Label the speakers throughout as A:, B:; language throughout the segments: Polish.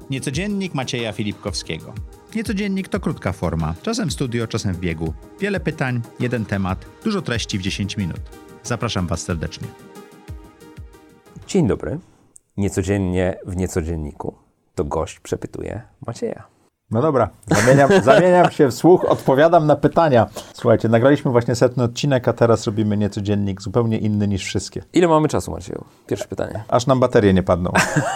A: Niecodziennik Macieja Filipkowskiego. Niecodziennik to krótka forma, czasem w studio, czasem w biegu. Wiele pytań, jeden temat, dużo treści w 10 minut. Zapraszam Was serdecznie.
B: Dzień dobry. Niecodziennie w Niecodzienniku to gość przepytuje Macieja.
C: No dobra, zamieniam się w słuch, odpowiadam na pytania. Słuchajcie, nagraliśmy właśnie 100. odcinek, a teraz robimy Niecodziennik zupełnie inny niż wszystkie.
B: Ile mamy czasu, Macieju? Pierwsze pytanie.
C: Aż nam baterie nie padną.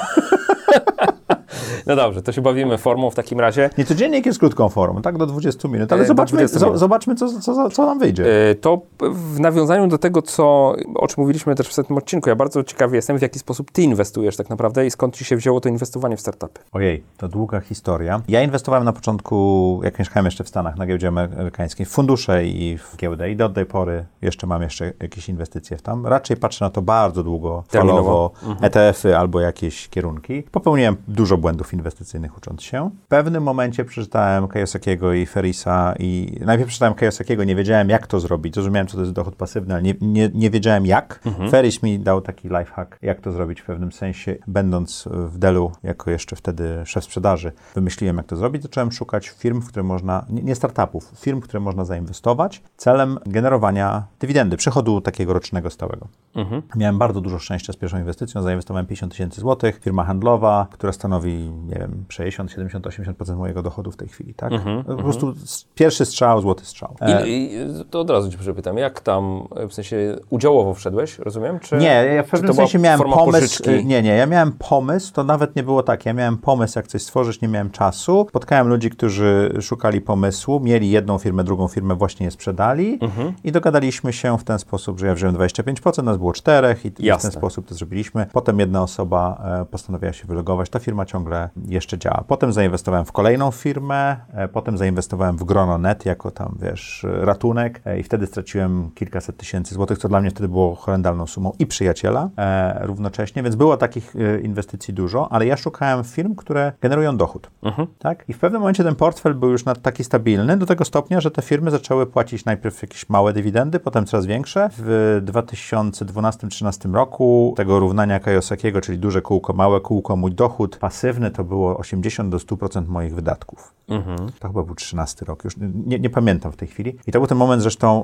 B: No dobrze, to się bawimy formą w takim razie.
C: Niecodziennik jest krótką formą, tak do 20 minut, ale zobaczmy co nam wyjdzie.
B: To w nawiązaniu do tego, o czym mówiliśmy też w 100. odcinku, ja bardzo ciekawy jestem, w jaki sposób ty inwestujesz tak naprawdę i skąd ci się wzięło to inwestowanie w startupy.
C: Ojej, to długa historia. Ja inwestowałem na początku, jak mieszkałem jeszcze w Stanach, na giełdzie amerykańskiej, w fundusze i w giełdę i do tej pory mam jakieś inwestycje w tam. Raczej patrzę na to bardzo długofalowo, ETF-y albo jakieś kierunki. Popełniłem dużo błędów inwestycyjnych ucząc się. W pewnym momencie przeczytałem Kiyosakiego i Ferrisa i najpierw przeczytałem Kiyosakiego, nie wiedziałem jak to zrobić. Zrozumiałem, co to jest dochód pasywny, ale nie wiedziałem jak. Ferris mi dał taki lifehack, jak to zrobić w pewnym sensie. Będąc w Dellu, jako jeszcze wtedy szef sprzedaży, wymyśliłem jak to zrobić. Zacząłem szukać firm, w które można, nie startupów, firm, w które można zainwestować celem generowania dywidendy, przychodu takiego rocznego stałego. Miałem bardzo dużo szczęścia z pierwszą inwestycją. Zainwestowałem 50 000 złotych. Firma handlowa, która stanowi 60, 70, 80% mojego dochodu w tej chwili, tak? Po prostu pierwszy strzał, złoty strzał.
B: To od razu cię przepytam, jak tam, w sensie udziałowo wszedłeś, rozumiem? Czy,
C: nie, ja w pewnym sensie miałem pomysł.
B: Pożyczki?
C: Nie, ja miałem pomysł, to nawet nie było tak. Ja miałem pomysł, jak coś stworzyć, nie miałem czasu. Spotkałem ludzi, którzy szukali pomysłu, mieli jedną firmę, drugą firmę, właśnie je sprzedali i dogadaliśmy się w ten sposób, że ja wziąłem 25%, nas było 4 i w ten sposób to zrobiliśmy. Potem jedna osoba postanowiła się wylogować, ta firma ciągle jeszcze działa. Potem zainwestowałem w kolejną firmę, potem zainwestowałem w Grono.net jako tam, ratunek i wtedy straciłem kilkaset tysięcy złotych, co dla mnie wtedy było horrendalną sumą i przyjaciela równocześnie, więc było takich inwestycji dużo, ale ja szukałem firm, które generują dochód. Tak? I w pewnym momencie ten portfel był już taki stabilny do tego stopnia, że te firmy zaczęły płacić najpierw jakieś małe dywidendy, potem coraz większe. W 2012-2013 roku tego równania Kiyosakiego, czyli duże kółko, małe kółko, mój dochód pasywny to było 80 do 100% moich wydatków. To chyba był 13 rok, już nie pamiętam w tej chwili. I to był ten moment zresztą,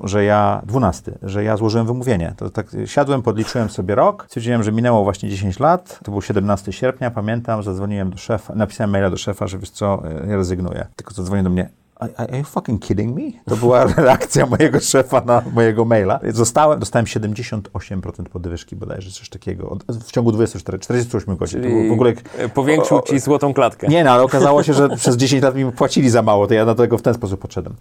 C: że ja złożyłem wymówienie. To tak siadłem, podliczyłem sobie rok, stwierdziłem, że minęło właśnie 10 lat, to był 17 sierpnia, pamiętam, zadzwoniłem do szefa, napisałem maila do szefa, że wiesz co, ja rezygnuję. Tylko zadzwonił do mnie, are you fucking kidding me? To była reakcja mojego szefa na mojego maila. Dostałem 78% podwyżki bodajże, coś takiego. W ciągu 48 godzin.
B: Czyli w ogóle powiększył ci złotą klatkę.
C: Nie, ale okazało się, że przez 10 lat mi płacili za mało, to ja do tego w ten sposób podszedłem.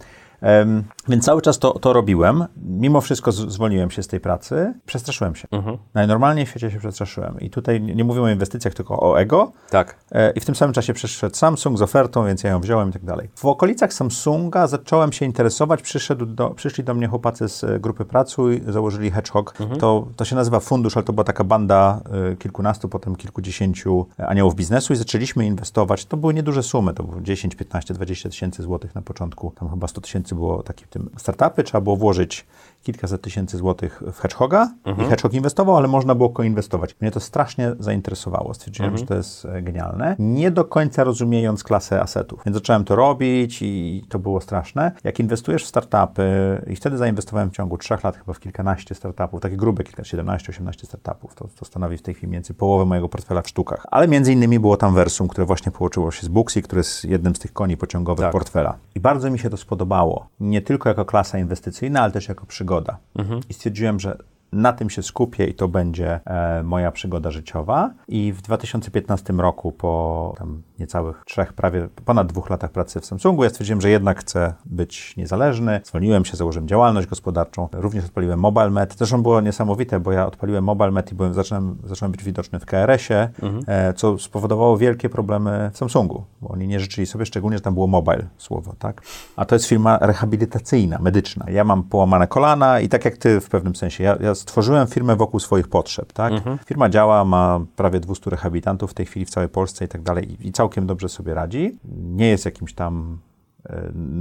C: Więc cały czas to robiłem. Mimo wszystko zwolniłem się z tej pracy. Przestraszyłem się. Najnormalniej w świecie się przestraszyłem. I tutaj nie mówimy o inwestycjach, tylko o ego.
B: Tak.
C: I w tym samym czasie przyszedł Samsung z ofertą, więc ja ją wziąłem i tak dalej. W okolicach Samsunga zacząłem się interesować. Przyszli do mnie chłopacy z grupy pracy i założyli Hedgehog. To się nazywa fundusz, ale to była taka banda kilkunastu, potem kilkudziesięciu aniołów biznesu i zaczęliśmy inwestować. To były nieduże sumy. To było 10, 15, 20 tysięcy złotych na początku. Tam chyba 100 tysięcy było takie w tym startupy. Trzeba było włożyć kilkaset tysięcy złotych w Hedgehoga i Hedgehog inwestował, ale można było koinwestować. Mnie to strasznie zainteresowało. Stwierdziłem, że to jest genialne. Nie do końca rozumiejąc klasę asetów. Więc zacząłem to robić i to było straszne. Jak inwestujesz w startupy i wtedy zainwestowałem w ciągu 3 lat chyba w kilkanaście startupów, takie grube, 17-18 startupów. To stanowi w tej chwili mniej więcej połowę mojego portfela w sztukach. Ale między innymi było tam Versum, które właśnie połączyło się z Booksy, które jest jednym z tych koni pociągowych portfela. I bardzo mi się to spodobało. Nie tylko jako klasa inwestycyjna, ale też jako przygoda. I stwierdziłem, że na tym się skupię i to będzie moja przygoda życiowa. I w 2015 roku, po tam niecałych ponad 2 latach pracy w Samsungu, ja stwierdziłem, że jednak chcę być niezależny. Zwolniłem się, założyłem działalność gospodarczą. Również odpaliłem MobileMed. Zresztą było niesamowite, bo ja odpaliłem MobileMed i zacząłem być widoczny w KRS-ie, co spowodowało wielkie problemy w Samsungu, bo oni nie życzyli sobie, szczególnie, że tam było mobile słowo, tak? A to jest firma rehabilitacyjna, medyczna. Ja mam połamane kolana i tak jak ty w pewnym sensie, ja stworzyłem firmę wokół swoich potrzeb, tak? Firma działa, ma prawie 200 rehabilitantów w tej chwili w całej Polsce i tak dalej i całkiem dobrze sobie radzi. Nie jest jakimś tam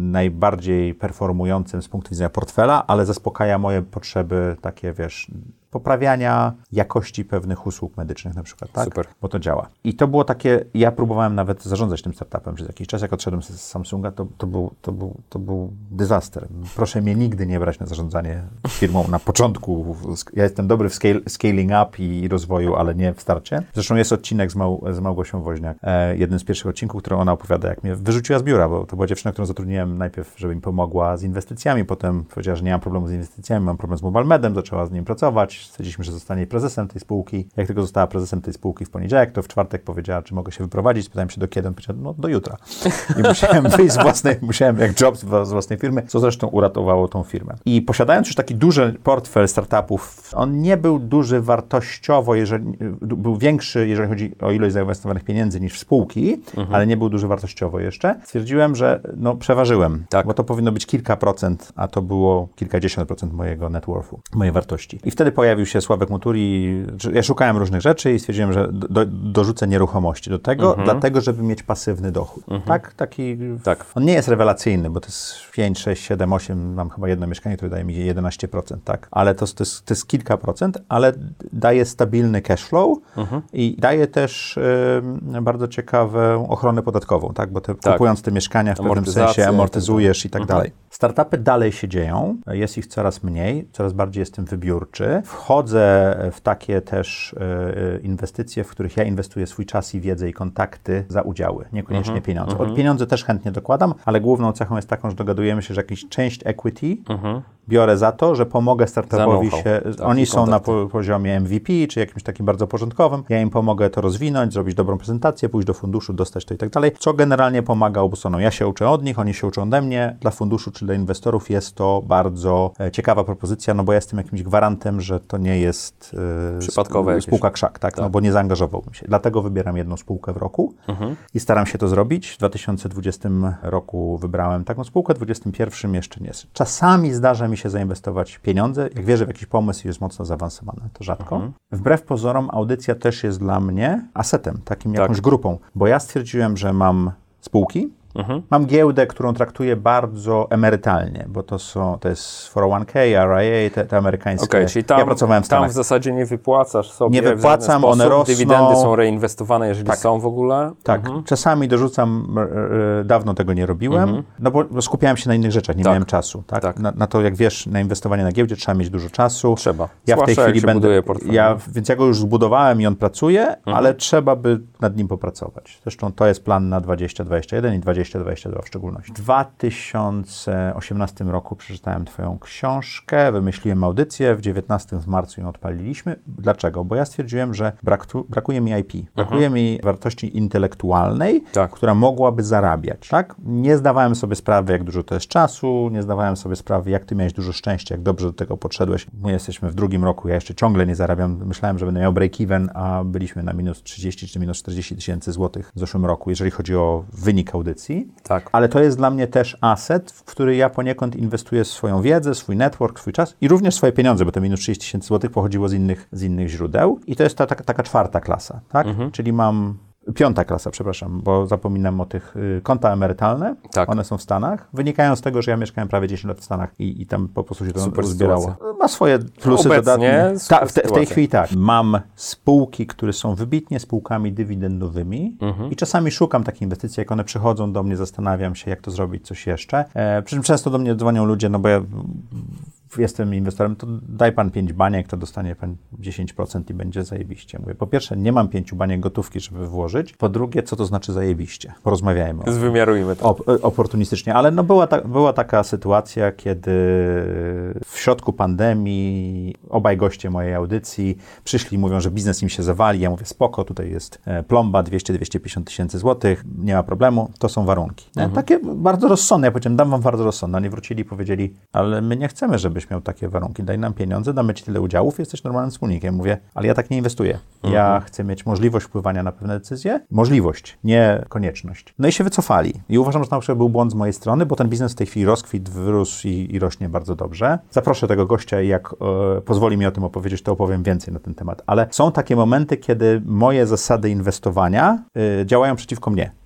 C: najbardziej performującym z punktu widzenia portfela, ale zaspokaja moje potrzeby takie, wiesz, poprawiania jakości pewnych usług medycznych na przykład, tak?
B: Super.
C: Bo to działa. I to było takie, ja próbowałem nawet zarządzać tym startupem przez jakiś czas, jak odszedłem z Samsunga, to był disaster. Proszę mnie nigdy nie brać na zarządzanie firmą na początku. Ja jestem dobry w scaling up i rozwoju, ale nie w starcie. Zresztą jest odcinek z Małgosią Woźniak, jeden z pierwszych odcinków, który ona opowiada, jak mnie wyrzuciła z biura, bo to była dziewczyna, którą zatrudniłem najpierw, żeby mi pomogła z inwestycjami, potem powiedziała, że nie mam problemu z inwestycjami, mam problem z MobileMedem, zaczęła z nim pracować, stwierdziliśmy, że zostanie prezesem tej spółki. Jak tylko została prezesem tej spółki w poniedziałek, to w czwartek powiedziała, czy mogę się wyprowadzić, spytałem się do kiedy, on powiedział, no do jutra. I musiałem wyjść musiałem jak Jobs z własnej firmy, co zresztą uratowało tą firmę. I posiadając już taki duży portfel startupów, on nie był duży wartościowo, był większy, jeżeli chodzi o ilość zainwestowanych pieniędzy niż w spółki, ale nie był duży wartościowo jeszcze. Stwierdziłem, że przeważyłem, bo to powinno być kilka procent, a to było kilkadziesiąt procent mojego net worthu, mojej wartości. I wtedy pojawił się Sławek Muturi. Ja szukałem różnych rzeczy i stwierdziłem, że dorzucę nieruchomości do tego, dlatego, żeby mieć pasywny dochód. Tak? On nie jest rewelacyjny, bo to jest 5, 6, 7, 8, mam chyba jedno mieszkanie, które daje mi 11%, tak? Ale to jest kilka procent, ale daje stabilny cash flow i daje też bardzo ciekawą ochronę podatkową, tak? Bo kupując te mieszkania w pewnym sensie amortyzujesz i tak dalej. Startupy dalej się dzieją, jest ich coraz mniej, coraz bardziej jestem wybiórczy. Wchodzę w takie też inwestycje, w których ja inwestuję swój czas i wiedzę i kontakty za udziały, niekoniecznie pieniądze. Od pieniądze też chętnie dokładam, ale główną cechą jest taką, że dogadujemy się, że jakąś część equity biorę za to, że pomogę startupowi się, oni są na poziomie MVP, czy jakimś takim bardzo porządkowym, ja im pomogę to rozwinąć, zrobić dobrą prezentację, pójść do funduszu, dostać to i tak dalej, co generalnie pomaga obu stronom. Ja się uczę od nich, oni się uczą ode mnie. Dla funduszu czy dla inwestorów jest to bardzo ciekawa propozycja, bo ja jestem jakimś gwarantem, że to nie jest
B: przypadkowe
C: spółka krzak, tak? No bo nie zaangażowałbym się. Dlatego wybieram jedną spółkę w roku i staram się to zrobić. W 2020 roku wybrałem taką spółkę, w 2021 jeszcze nie. Czasami zdarza mi się zainwestować pieniądze, jak wierzę w jakiś pomysł i jest mocno zaawansowany, to rzadko. Wbrew pozorom audycja też jest dla mnie asetem, takim jakąś grupą, bo ja stwierdziłem, że mam spółki, mam giełdę, którą traktuję bardzo emerytalnie, bo to jest 401k, RIA, te amerykańskie.
B: Czyli tam,
C: ja pracowałem w Stanach.
B: Tam w zasadzie nie wypłacasz sobie.
C: Nie wypłacam, one rosną.
B: Dywidendy są reinwestowane, jeżeli są w ogóle.
C: Tak, czasami dorzucam, dawno tego nie robiłem, bo skupiałem się na innych rzeczach, nie miałem czasu. Tak? Na to, jak wiesz, na inwestowanie na giełdzie trzeba mieć dużo czasu.
B: Trzeba.
C: Ja w tej chwili
B: buduje portfel.
C: Więc ja go już zbudowałem i on pracuje, ale trzeba by nad nim popracować. Zresztą to jest plan na 2021 i 2022 w szczególności. W 2018 roku przeczytałem Twoją książkę, wymyśliłem audycję, w 19 w marcu ją odpaliliśmy. Dlaczego? Bo ja stwierdziłem, że brakuje mi IP, brakuje mi wartości intelektualnej, która mogłaby zarabiać. Tak? Nie zdawałem sobie sprawy, jak dużo to jest czasu, nie zdawałem sobie sprawy, jak Ty miałeś dużo szczęścia, jak dobrze do tego podszedłeś. My jesteśmy w drugim roku, ja jeszcze ciągle nie zarabiam. Myślałem, że będę miał break-even, a byliśmy na minus 30 czy minus 40 tysięcy złotych w zeszłym roku, jeżeli chodzi o wynik audycji.
B: Tak.
C: Ale to jest dla mnie też aset, w który ja poniekąd inwestuję swoją wiedzę, swój network, swój czas i również swoje pieniądze, bo te minus 30 tysięcy złotych pochodziło z innych źródeł. I to jest taka czwarta klasa, tak? Czyli mam piąta klasa, przepraszam, bo zapominam o tych konta emerytalne. One są w Stanach. Wynikają z tego, że ja mieszkałem prawie 10 lat w Stanach i tam po prostu się to zbierało. Ma swoje plusy, dodatnie. W tej chwili tak. Mam spółki, które są wybitnie spółkami dywidendowymi i czasami szukam takich inwestycji, jak one przychodzą do mnie, zastanawiam się, jak to zrobić, coś jeszcze. Przy czym często do mnie dzwonią ludzie, bo ja jestem inwestorem, to daj pan 5 baniek, to dostanie pan 10% i będzie zajebiście. Mówię, po pierwsze, nie mam 5 baniek gotówki, żeby włożyć. Po drugie, co to znaczy zajebiście? Porozmawiajmy.
B: Zwymiarujmy to.
C: Oportunistycznie, ale była taka sytuacja, kiedy w środku pandemii obaj goście mojej audycji przyszli i mówią, że biznes im się zawali. Ja mówię, spoko, tutaj jest plomba, 200-250 tysięcy złotych, nie ma problemu, to są warunki. Takie bardzo rozsądne. Ja powiedziałem, dam wam bardzo rozsądne. Oni wrócili i powiedzieli, ale my nie chcemy, żebyś miał takie warunki. Daj nam pieniądze, damy ci tyle udziałów, jesteś normalnym wspólnikiem. Mówię, ale ja tak nie inwestuję. Ja chcę mieć możliwość wpływania na pewne decyzje. Możliwość, nie konieczność. No i się wycofali. I uważam, że to na przykład był błąd z mojej strony, bo ten biznes w tej chwili wyrósł i rośnie bardzo dobrze. Zaproszę tego gościa i jak pozwoli mi o tym opowiedzieć, to opowiem więcej na ten temat. Ale są takie momenty, kiedy moje zasady inwestowania działają przeciwko mnie.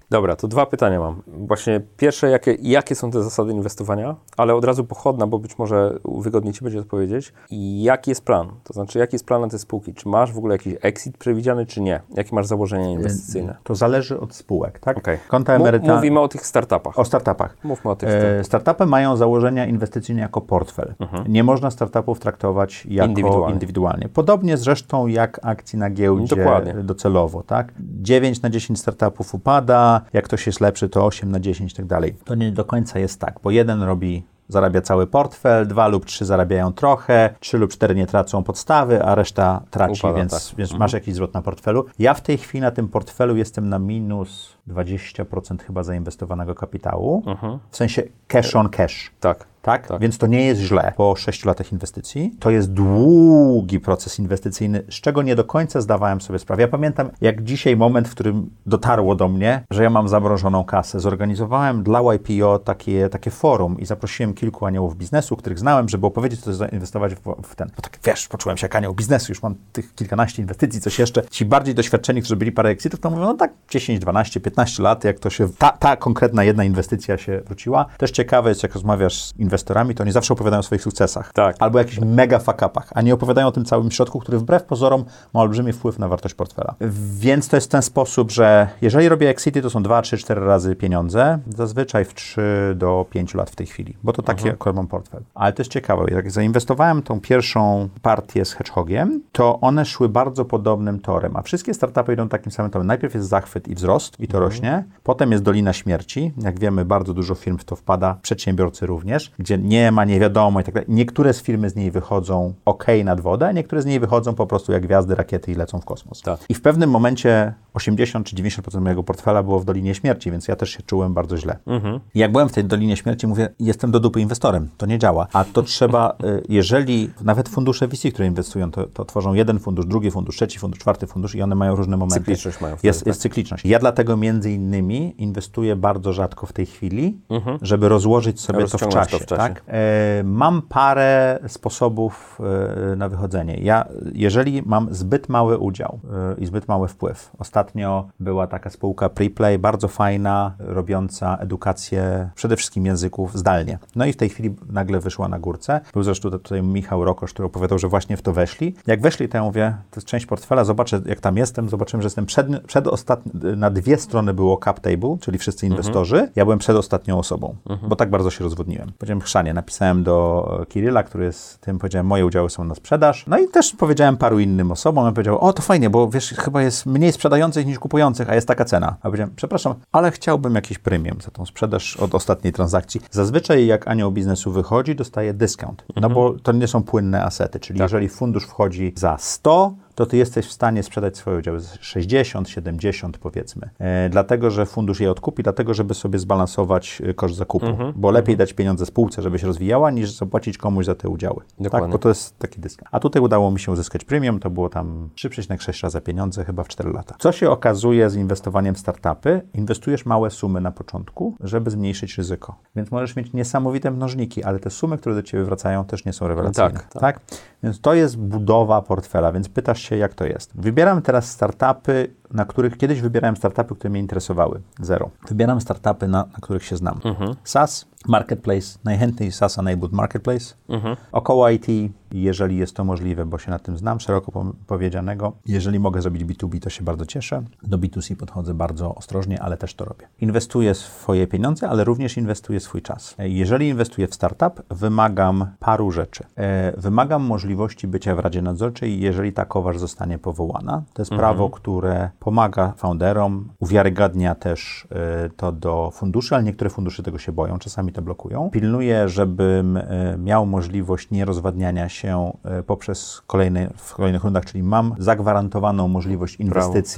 B: Dobra, to 2 pytania mam. Właśnie pierwsze, jakie są te zasady inwestowania, ale od razu pochodna, bo być może wygodniej Ci będzie odpowiedzieć. I jaki jest plan? To znaczy, jaki jest plan na te spółki? Czy masz w ogóle jakiś exit przewidziany, czy nie? Jakie masz założenia inwestycyjne?
C: To zależy od spółek, tak?
B: Okay.
C: Konta emerytalne.
B: Mówimy o tych startupach.
C: O startupach.
B: Mówmy o tych startupach.
C: Startupy mają założenia inwestycyjne jako portfel. Nie można startupów traktować jako indywidualnie. Podobnie zresztą jak akcji na giełdzie docelowo, tak? 9 na 10 startupów upada, jak ktoś jest lepszy, to 8 na 10 i tak dalej. To nie do końca jest tak, bo jeden zarabia cały portfel, 2 lub 3 zarabiają trochę, 3 lub 4 nie tracą podstawy, a reszta traci, więc masz jakiś zwrot na portfelu. Ja w tej chwili na tym portfelu jestem na minus 20% chyba zainwestowanego kapitału, w sensie cash on cash. Tak? Więc to nie jest źle po 6 latach inwestycji. To jest długi proces inwestycyjny, z czego nie do końca zdawałem sobie sprawę. Ja pamiętam jak dzisiaj moment, w którym dotarło do mnie, że ja mam zamrożoną kasę. Zorganizowałem dla YPO takie forum i zaprosiłem kilku aniołów biznesu, których znałem, żeby opowiedzieć, co zainwestować w ten. Bo tak wiesz, poczułem się jak anioł biznesu, już mam tych kilkanaście inwestycji, coś jeszcze. Ci bardziej doświadczeni, którzy byli parę exitów, to mówią, no tak 10, 12, 15 lat, jak to się, ta konkretna jedna inwestycja się wróciła. Też ciekawe jest, jak rozmawiasz z inwestorami, to oni zawsze opowiadają o swoich sukcesach.
B: Tak.
C: Albo jakichś mega fuck-upach, a nie opowiadają o tym całym środku, który wbrew pozorom ma olbrzymi wpływ na wartość portfela. Więc to jest w ten sposób, że jeżeli robię exity, to są 2, 3, 4 razy pieniądze, zazwyczaj w 3 do 5 lat w tej chwili, bo to taki akurat mam portfel. Ale to jest ciekawe, jak zainwestowałem tą pierwszą partię z Hedgehogiem, to one szły bardzo podobnym torem, a wszystkie startupy idą takim samym torem. Najpierw jest zachwyt i wzrost i to rośnie, potem jest dolina śmierci, jak wiemy, bardzo dużo firm w to wpada, przedsiębiorcy również, gdzie nie ma, nie wiadomo i tak dalej. Niektóre z firmy z niej wychodzą nad wodę, a niektóre z niej wychodzą po prostu jak gwiazdy, rakiety i lecą w kosmos.
B: Tak.
C: I w pewnym momencie 80 czy 90% mojego portfela było w Dolinie Śmierci, więc ja też się czułem bardzo źle. I jak byłem w tej Dolinie Śmierci, mówię, jestem do dupy inwestorem, to nie działa. A to trzeba, jeżeli nawet fundusze VC, które inwestują, to tworzą jeden fundusz, drugi fundusz, trzeci fundusz, czwarty fundusz i one mają różne momenty.
B: Cykliczność mają.
C: Jest cykliczność. Ja dlatego między innymi inwestuję bardzo rzadko w tej chwili, żeby rozłożyć sobie to w czasie. Tak? Mam parę sposobów na wychodzenie. Jeżeli mam zbyt mały udział i zbyt mały wpływ. Ostatnio była taka spółka Preplay, bardzo fajna, robiąca edukację przede wszystkim języków zdalnie. No i w tej chwili nagle wyszła na górce. Był zresztą tutaj Michał Rokosz, który opowiadał, że właśnie w to weszli. Jak weszli, to ja mówię, to jest część portfela, zobaczę jak tam jestem, zobaczyłem, że jestem przedostatni, na 2 strony było cap table, czyli wszyscy inwestorzy. Ja byłem przedostatnią osobą, bo tak bardzo się rozwodniłem. Powiedziałem chrzanie, napisałem do Kiryla, który jest tym, powiedziałem, moje udziały są na sprzedaż. No i też powiedziałem paru innym osobom, on powiedział, o to fajnie, bo wiesz, chyba jest mniej sprzedających niż kupujących, a jest taka cena. A powiedziałem, przepraszam, ale chciałbym jakiś premium za tą sprzedaż od ostatniej transakcji. Zazwyczaj jak anioł biznesu wychodzi, dostaje dyskount, no bo to nie są płynne asety, czyli jeżeli fundusz wchodzi za 100, to ty jesteś w stanie sprzedać swoje udziały za 60, 70 powiedzmy. Dlatego, że fundusz je odkupi, dlatego, żeby sobie zbalansować koszt zakupu. Bo lepiej dać pieniądze spółce, żeby się rozwijała, niż zapłacić komuś za te udziały. Tak? Bo to jest taki dyskont. A tutaj udało mi się uzyskać premium, to było tam 3,6 razy pieniądze, chyba w 4 lata. Co się okazuje z inwestowaniem w startupy? Inwestujesz małe sumy na początku, żeby zmniejszyć ryzyko. Więc możesz mieć niesamowite mnożniki, ale te sumy, które do ciebie wracają, też nie są rewelacyjne. Tak? Więc to jest budowa portfela, więc pytasz się, jak to jest. Wybieram teraz startupy, kiedyś wybierałem startupy, które mnie interesowały. 0. Wybieram startupy, na których się znam. SaaS, Marketplace, najchętniej SaaS-enabled Marketplace. Około IT, jeżeli jest to możliwe, bo się na tym znam, szeroko powiedzianego. Jeżeli mogę zrobić B2B, to się bardzo cieszę. Do B2C podchodzę bardzo ostrożnie, ale też to robię. Inwestuję swoje pieniądze, ale również inwestuję swój czas. Jeżeli inwestuję w startup, wymagam paru rzeczy. Wymagam możliwości bycia w Radzie Nadzorczej, jeżeli takowa zostanie powołana. To jest prawo, które pomaga founderom, uwiarygadnia też to do funduszy, ale niektóre fundusze tego się boją, czasami to blokują. Pilnuję, żebym miał możliwość nierozwadniania się poprzez w kolejnych rundach, czyli mam zagwarantowaną możliwość inwestycji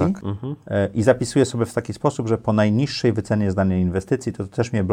C: i zapisuję sobie w taki sposób, że po najniższej wycenie z danej inwestycji to też mnie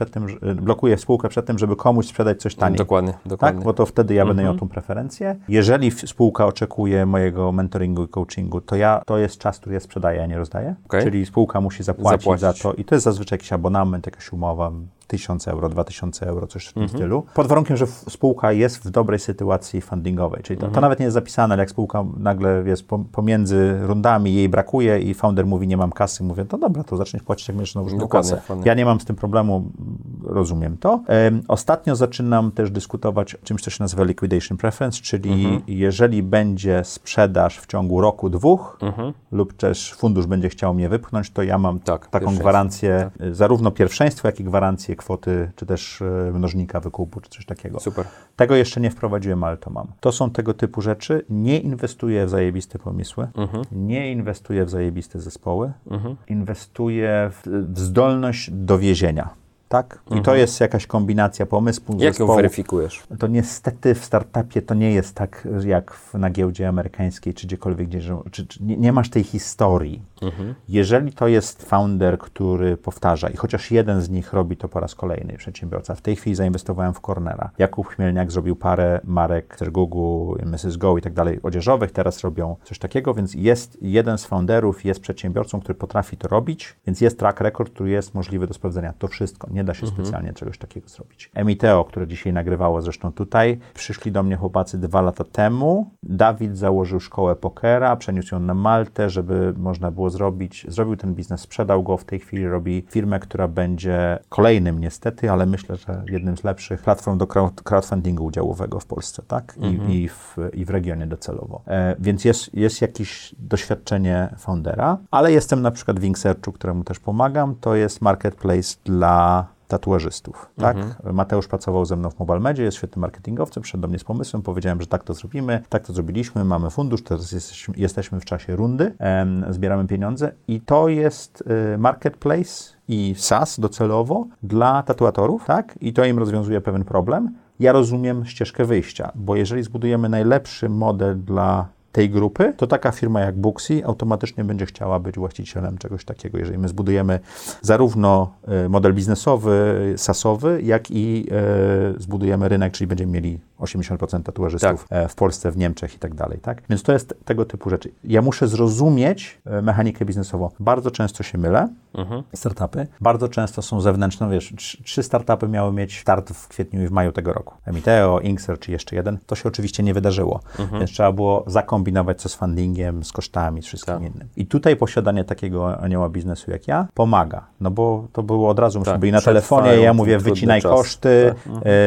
C: blokuje spółkę przed tym, żeby komuś sprzedać coś taniej.
B: Dokładnie.
C: Tak? Bo to wtedy ja będę miał tą preferencję. Jeżeli spółka oczekuje mojego mentoringu i coachingu, to jest czas, który ja sprzedaję, a nie rozdaję. Czyli spółka musi zapłacić za to i to jest zazwyczaj jakiś abonament, jakaś umowa. 1000 euro, 2000 euro, coś w tym stylu. Pod warunkiem, że spółka jest w dobrej sytuacji fundingowej. Czyli to nawet nie jest zapisane, ale jak spółka nagle jest pomiędzy rundami, jej brakuje i founder mówi, nie mam kasy, mówię, to dobra, to zaczniesz płacić, jak będziesz nową kasę. Ja nie mam z tym problemu, rozumiem to. Ostatnio zaczynam też dyskutować o czymś, co się nazywa liquidation preference, czyli jeżeli będzie sprzedaż w ciągu roku, 2 lub też fundusz będzie chciał mnie wypchnąć, to ja mam taką gwarancję, zarówno pierwszeństwo, jak i gwarancję kwoty, czy też mnożnika wykupu, czy coś takiego.
B: Super.
C: Tego jeszcze nie wprowadziłem, ale to mam. To są tego typu rzeczy. Nie inwestuję w zajebiste pomysły, nie inwestuję w zajebiste zespoły, inwestuję w zdolność dowiezienia. Tak? I to jest jakaś kombinacja pomysłu,
B: Jak ją weryfikujesz?
C: To niestety w startupie to nie jest tak, jak na giełdzie amerykańskiej, czy gdziekolwiek, czy nie masz tej historii. Jeżeli to jest founder, który powtarza i chociaż jeden z nich robi to po raz kolejny, przedsiębiorca. W tej chwili zainwestowałem w Cornera. Jakub Chmielniak zrobił parę marek, też Google, Mrs. Go i tak dalej, odzieżowych, teraz robią coś takiego, więc jest jeden z founderów, jest przedsiębiorcą, który potrafi to robić, więc jest track record, który jest możliwy do sprawdzenia. To wszystko. Nie da się specjalnie czegoś takiego zrobić. Emiteo, które dzisiaj nagrywało zresztą tutaj, przyszli do mnie chłopacy 2 lata temu. Dawid założył szkołę pokera, przeniósł ją na Maltę, żeby można było zrobić. Zrobił ten biznes, sprzedał go, w tej chwili robi firmę, która będzie kolejnym niestety, ale myślę, że jednym z lepszych platform do crowdfundingu udziałowego w Polsce, tak? I w regionie docelowo. Więc jest jakieś doświadczenie foundera, ale jestem na przykład w Inksearchu, któremu też pomagam. To jest marketplace dla tatuażystów, tak? Mateusz pracował ze mną w MobileMedzie, jest świetnym marketingowcem, przyszedł do mnie z pomysłem, powiedziałem, że tak to zrobimy, tak to zrobiliśmy, mamy fundusz, teraz jesteśmy w czasie rundy, zbieramy pieniądze i to jest marketplace i SaaS docelowo dla tatuatorów, tak? I to im rozwiązuje pewien problem. Ja rozumiem ścieżkę wyjścia, bo jeżeli zbudujemy najlepszy model dla tej grupy, to taka firma jak Booksy automatycznie będzie chciała być właścicielem czegoś takiego. Jeżeli my zbudujemy zarówno model biznesowy, SaaS-owy, jak i zbudujemy rynek, czyli będziemy mieli 80% tatuażystów w Polsce, w Niemczech i tak dalej, tak? Więc to jest tego typu rzeczy. Ja muszę zrozumieć mechanikę biznesową. Bardzo często się mylę. Startupy. Bardzo często są zewnętrzne. Wiesz, 3 startupy miały mieć start w kwietniu i w maju tego roku. Emiteo, Inksearch czy jeszcze jeden. To się oczywiście nie wydarzyło. Więc trzeba było zakombinować co z fundingiem, z kosztami, z wszystkim innym. I tutaj posiadanie takiego anioła biznesu jak ja pomaga. No bo to było od razu, myśmy byli na telefonie, ja mówię, wycinaj koszty,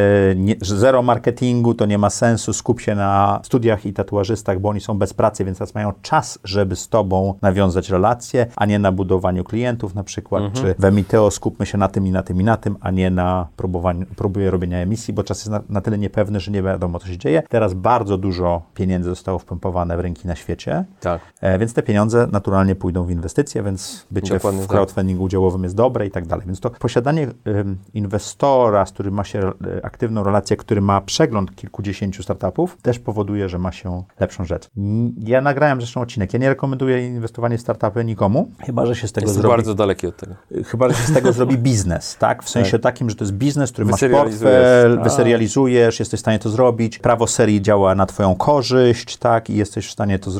C: zero marketingu, to nie ma sensu, skup się na studiach i tatuażystach, bo oni są bez pracy, więc teraz mają czas, żeby z tobą nawiązać relacje, a nie na budowaniu klientów na przykład, czy w Emiteo skupmy się na tym i na tym i na tym, a nie na próbuje robienia emisji, bo czas jest na tyle niepewny, że nie wiadomo, co się dzieje. Teraz bardzo dużo pieniędzy zostało wpompowane w rynki na świecie, więc te pieniądze naturalnie pójdą w inwestycje, więc bycie w crowdfundingu udziałowym jest dobre i tak dalej. Więc to posiadanie inwestora, z którym ma się aktywną relację, który ma przegląd kilkudziesięciu startupów, też powoduje, że ma się lepszą rzecz. Ja nagrałem zresztą odcinek. Ja nie rekomenduję inwestowania w startupy nikomu, chyba że się z tego zrobi...
B: bardzo daleki od tego.
C: Chyba że się z tego zrobi biznes, tak? W sensie takim, że to jest biznes, który masz portfel, wyserializujesz, jesteś w stanie to zrobić, prawo serii działa na twoją korzyść, tak? I jesteś w stanie to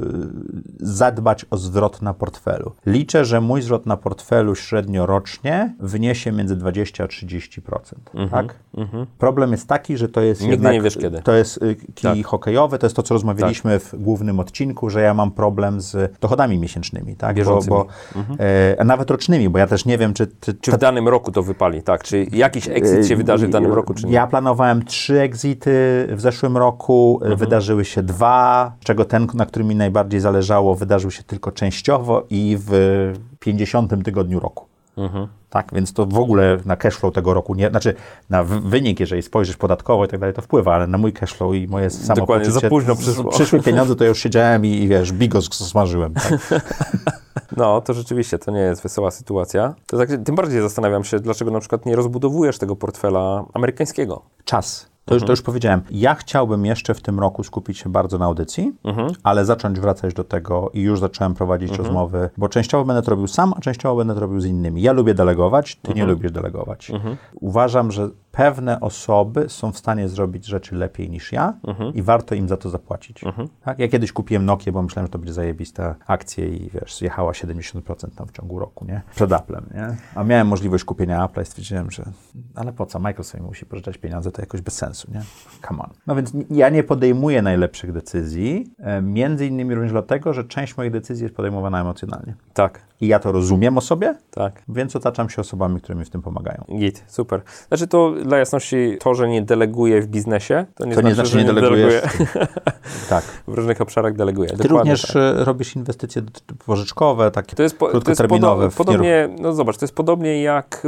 C: zadbać o zwrot na portfelu. Liczę, że mój zwrot na portfelu średnio rocznie wyniesie między 20 a 30%, tak? Problem jest taki, że to jest
B: Nigdy nie wiesz kiedy.
C: To jest kij hokejowy, to jest to, co rozmawialiśmy w głównym odcinku, że ja mam problem z dochodami miesięcznymi, tak? A nawet rocznymi, bo ja też nie wiem, czy
B: w danym roku to wypali, tak? Czy jakiś exit się wydarzy w danym roku, czy nie?
C: Ja planowałem 3 exity w zeszłym roku, wydarzyły się 2, z czego ten, na którym mi najbardziej zależało, wydarzył się tylko częściowo i w 50. tygodniu roku. Tak, więc to w ogóle na cashflow tego roku, znaczy na wynik, jeżeli spojrzysz podatkowo i tak dalej, to wpływa, ale na mój cashflow i moje samopoczucie...
B: Dokładnie, za późno
C: przyszły pieniądze, to już siedziałem i wiesz, bigos smażyłem. Tak?
B: No, to rzeczywiście, to nie jest wesoła sytuacja. To tak, tym bardziej zastanawiam się, dlaczego na przykład nie rozbudowujesz tego portfela amerykańskiego.
C: Czas. To już powiedziałem. Ja chciałbym jeszcze w tym roku skupić się bardzo na audycji, ale zacząć wracać do tego i już zacząłem prowadzić rozmowy, bo częściowo będę to robił sam, a częściowo będę to robił z innymi. Ja lubię delegować, ty nie lubisz delegować. Uważam, że pewne osoby są w stanie zrobić rzeczy lepiej niż ja i warto im za to zapłacić. Tak? Ja kiedyś kupiłem Nokię, bo myślałem, że to będzie zajebista akcja i wiesz, zjechała 70% tam w ciągu roku, nie? Przed Applem, nie? A miałem możliwość kupienia Apple'a i stwierdziłem, że ale po co? Microsoft musi pożyczać pieniądze, to jakoś bez sensu, nie? Come on. No więc ja nie podejmuję najlepszych decyzji, między innymi również dlatego, że część moich decyzji jest podejmowana emocjonalnie.
B: Tak.
C: I ja to rozumiem o sobie,
B: tak.
C: Więc otaczam się osobami, które mi w tym pomagają.
B: Git, super. Znaczy to dla jasności, to, że nie deleguję w biznesie, to nie znaczy, że nie
C: delegujesz. Tak.
B: W różnych obszarach deleguję.
C: Ty również robisz inwestycje pożyczkowe, takie krótkoterminowe.
B: Podobnie, no zobacz, to jest podobnie jak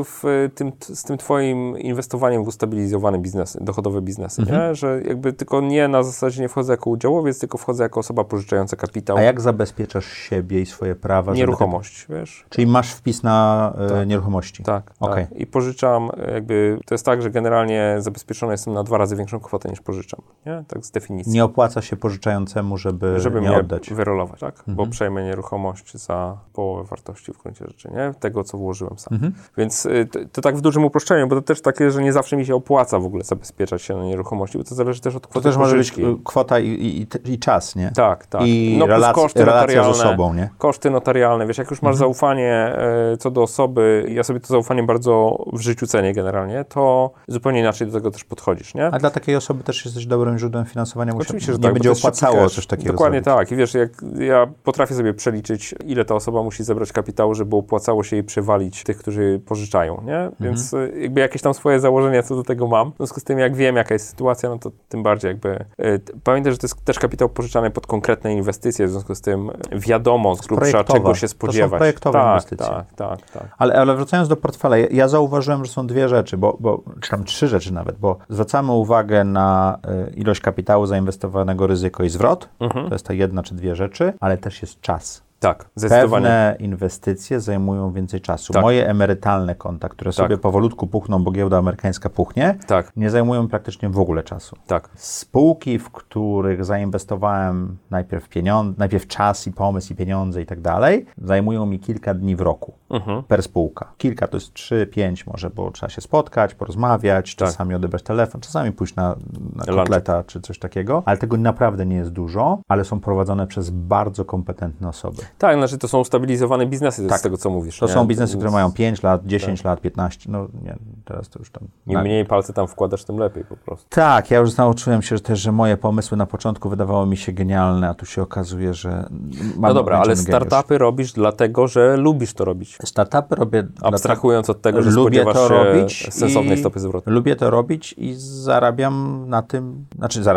B: z tym twoim inwestowaniem w ustabilizowane biznesy, dochodowe biznesy, nie? Że jakby tylko nie na zasadzie nie wchodzę jako udziałowiec, tylko wchodzę jako osoba pożyczająca kapitał.
C: A jak zabezpieczasz siebie i swoje prawa?
B: Nieruchomość, wiesz?
C: Czyli masz wpis na nieruchomości.
B: Tak, okay. Tak. I pożyczam, jakby, to jest tak, że generalnie zabezpieczony jestem na 2 razy większą kwotę niż pożyczam, nie? Tak z definicji.
C: Nie opłaca się pożyczającemu, żeby nie oddać.
B: Wyrolować, tak? Bo przejmę nieruchomość za połowę wartości w gruncie rzeczy, nie? Tego, co włożyłem sam. Więc to tak w dużym uproszczeniu, bo to też takie, że nie zawsze mi się opłaca w ogóle zabezpieczać się na nieruchomości, bo to zależy też od kwoty pożyczki.
C: To też może być kwota i czas, nie?
B: Tak, tak.
C: I relacja z osobą, nie?
B: Koszty notarialne, wiesz, jak już masz zaufanie co do osoby, ja sobie to zaufanie bardzo w życiu cenię generalnie, to zupełnie inaczej do tego też podchodzisz, nie?
C: A dla takiej osoby też jesteś dobrym źródłem finansowania,
B: oczywiście, że
C: nie
B: tak,
C: będzie opłacało coś takiego
B: Dokładnie
C: zrobić.
B: Tak. I wiesz, jak ja potrafię sobie przeliczyć, ile ta osoba musi zebrać kapitału, żeby opłacało się jej przewalić tych, którzy pożyczają, nie? Więc jakby jakieś tam swoje założenia co do tego mam. W związku z tym, jak wiem, jaka jest sytuacja, no to tym bardziej jakby... Pamiętaj, że to jest też kapitał pożyczany pod konkretne inwestycje, w związku z tym wiadomo z grubsza, czego się spodziewać.
C: To są projektowe inwestycje.
B: Tak.
C: Ale wracając do portfela, ja zauważyłem, że są 2 rzeczy, czy tam 3 rzeczy nawet, bo zwracamy uwagę na ilość kapitału zainwestowanego, ryzyko i zwrot. To jest ta 1 czy 2 rzeczy, ale też jest czas.
B: Tak, zdecydowanie.
C: Pewne inwestycje zajmują więcej czasu. Tak. Moje emerytalne konta, które sobie powolutku puchną, bo giełda amerykańska puchnie, nie zajmują praktycznie w ogóle czasu.
B: Tak.
C: Spółki, w których zainwestowałem najpierw czas i pomysł i pieniądze i tak dalej, zajmują mi kilka dni w roku per spółka. Kilka to jest 3, 5 może, bo trzeba się spotkać, porozmawiać, czasami odebrać telefon, czasami pójść na kotleta czy coś takiego, ale tego naprawdę nie jest dużo, ale są prowadzone przez bardzo kompetentne osoby.
B: Tak, znaczy to są ustabilizowane biznesy, z tego co mówisz.
C: To są biznesy, które mają 5 lat, 10 lat, 15, no nie, teraz to już tam...
B: Im mniej palce tam wkładasz, tym lepiej po prostu.
C: Tak, ja już nauczyłem się że moje pomysły na początku wydawały mi się genialne, a tu się okazuje, że mam...
B: No dobra, ale startupy robisz dlatego, że lubisz to robić.
C: Startupy robię...
B: Abstrahując od tego, że spodziewasz się sensownej stopy zwrotu.
C: Lubię to robić i zarabiam na tym,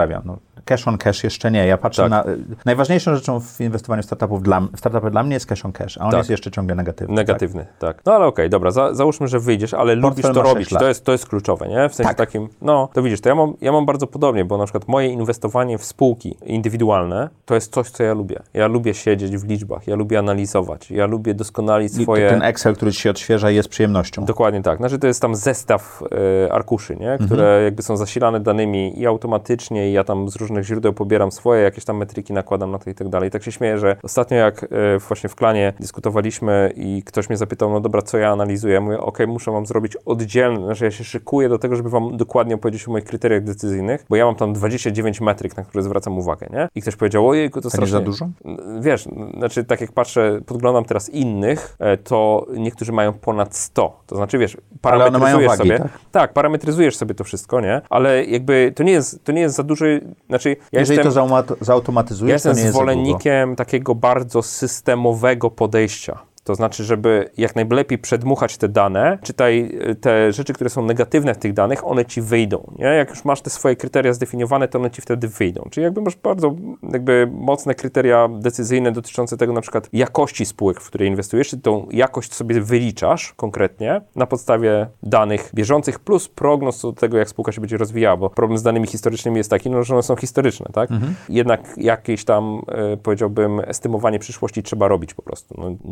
C: cash on cash jeszcze nie. Ja patrzę na... Najważniejszą rzeczą w inwestowaniu w startupy dla mnie jest cash on cash, a on jest jeszcze ciągle negatywny.
B: Negatywny, tak. No ale okej, dobra, załóżmy, że wyjdziesz, ale lubisz to robić. To jest kluczowe, nie? W sensie takim, to widzisz, to ja mam bardzo podobnie, bo na przykład moje inwestowanie w spółki indywidualne to jest coś, co ja lubię. Ja lubię siedzieć w liczbach, ja lubię analizować, ja lubię doskonalić swoje...
C: Ten Excel, który ci się odświeża, jest przyjemnością.
B: Dokładnie tak. Znaczy to jest tam zestaw arkuszy, nie? Które jakby są zasilane danymi i automatycznie i ja tam z różnych źródeł pobieram swoje, jakieś tam metryki nakładam na to i tak dalej. Tak się śmieję, że ostatnio jak właśnie w klanie dyskutowaliśmy i ktoś mnie zapytał, no dobra, co ja analizuję? Ja mówię, muszę wam zrobić oddzielne, znaczy ja się szykuję do tego, żeby wam dokładnie opowiedzieć o moich kryteriach decyzyjnych, bo ja mam tam 29 metryk, na które zwracam uwagę, nie? I ktoś powiedział, ojejku, to strasznie...
C: A nie za dużo?
B: Wiesz, znaczy tak jak patrzę, podglądam teraz innych, to niektórzy mają ponad 100. To znaczy, wiesz, parametryzujesz sobie... Tak, parametryzujesz sobie to wszystko, nie? Ale jakby to nie jest za duży... Znaczy,
C: jeżeli to zautomatyzujesz,
B: to nie jest zwolennikiem takiego bardzo systemowego podejścia. To znaczy, żeby jak najlepiej przedmuchać te dane, czytaj te rzeczy, które są negatywne w tych danych, one ci wyjdą, nie? Jak już masz te swoje kryteria zdefiniowane, to one ci wtedy wyjdą. Czyli jakby masz bardzo mocne kryteria decyzyjne dotyczące tego na przykład jakości spółek, w które inwestujesz, czy tą jakość sobie wyliczasz konkretnie na podstawie danych bieżących plus prognoz co do tego, jak spółka się będzie rozwijała, bo problem z danymi historycznymi jest taki, że one są historyczne, tak? Jednak jakieś tam, powiedziałbym, estymowanie przyszłości trzeba robić po prostu. Nie unikniesz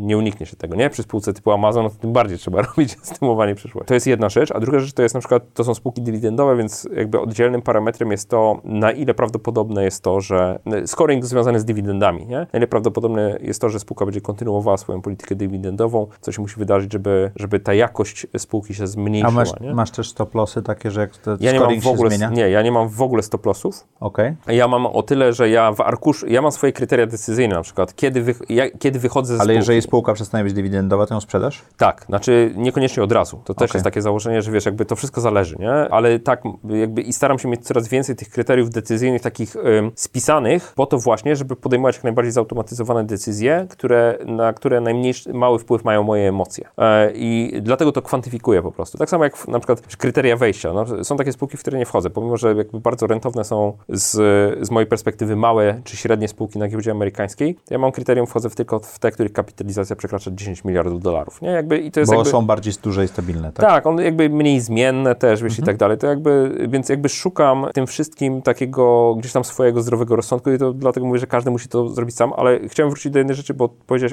B: uniknie się tego, nie? Przy spółce typu Amazon, no to tym bardziej trzeba robić stymulowanie przyszłości. To jest jedna rzecz, a druga rzecz to jest na przykład, to są spółki dywidendowe, więc jakby oddzielnym parametrem jest to, na ile prawdopodobne jest to, że scoring związany z dywidendami, nie? Na ile prawdopodobne jest to, że spółka będzie kontynuowała swoją politykę dywidendową, co się musi wydarzyć, żeby ta jakość spółki się zmniejszyła,
C: nie? Masz też stop lossy takie, że jak to
B: ja
C: scoring się zmienia?
B: Nie, ja nie mam w ogóle stop lossów.
C: Okay.
B: Ja mam o tyle, że ja w arkuszu, ja mam swoje kryteria decyzyjne na przykład, kiedy wychodzę ze spółki.
C: Ale jeżeli spółka przestanie być dywidendowa, to ją sprzedasz?
B: Tak, znaczy niekoniecznie od razu. To też jest takie założenie, że wiesz, jakby to wszystko zależy, nie? Ale tak jakby i staram się mieć coraz więcej tych kryteriów decyzyjnych, takich spisanych, po to właśnie, żeby podejmować jak najbardziej zautomatyzowane decyzje, na które najmniejszy, mały wpływ mają moje emocje. I dlatego to kwantyfikuję po prostu. Tak samo jak na przykład kryteria wejścia. No, są takie spółki, w które nie wchodzę, pomimo że jakby bardzo rentowne są z mojej perspektywy małe czy średnie spółki na giełdzie amerykańskiej, to ja mam kryterium, wchodzę tylko w te, których kapitalizacja przekracza 10 miliardów dolarów. Nie? Jakby, i to jest
C: Bo są bardziej duże i stabilne, tak?
B: Tak, on jakby mniej zmienne też, wiesz, i tak dalej. To jakby, więc jakby szukam tym wszystkim takiego gdzieś tam swojego zdrowego rozsądku i to dlatego mówię, że każdy musi to zrobić sam, ale chciałem wrócić do jednej rzeczy, bo powiedziałeś,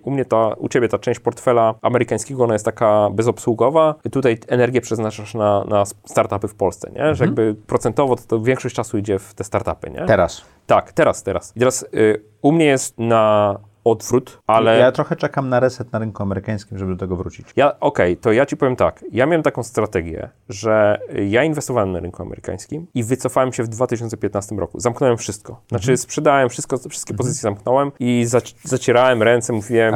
B: u ciebie ta część portfela amerykańskiego, ona jest taka bezobsługowa i tutaj energię przeznaczasz na startupy w Polsce, nie? Że jakby procentowo to większość czasu idzie w te startupy, nie?
C: Teraz.
B: Tak, teraz. I teraz u mnie jest na odwrót, ale...
C: Ja trochę czekam na reset na rynku amerykańskim, żeby do tego wrócić.
B: To ja ci powiem tak. Ja miałem taką strategię, że ja inwestowałem na rynku amerykańskim i wycofałem się w 2015 roku. Zamknąłem wszystko. Znaczy sprzedałem wszystkie pozycje zamknąłem i zacierałem ręce, mówiłem,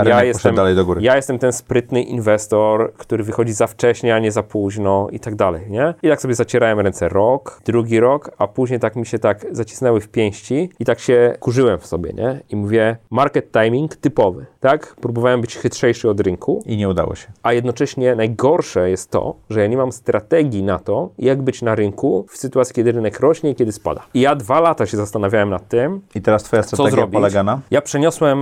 B: ja jestem ten sprytny inwestor, który wychodzi za wcześnie, a nie za późno i tak dalej, nie? I tak sobie zacierałem ręce rok, drugi rok, a później tak mi się tak zacisnęły w pięści i tak się kurzyłem w sobie, nie? I mówię, market timing typowy, tak? Próbowałem być chytrzejszy od rynku.
C: I nie udało się.
B: A jednocześnie najgorsze jest to, że ja nie mam strategii na to, jak być na rynku w sytuacji, kiedy rynek rośnie i kiedy spada. I ja 2 lata się zastanawiałem nad tym.
C: I teraz twoja strategia polega na?
B: Ja przeniosłem,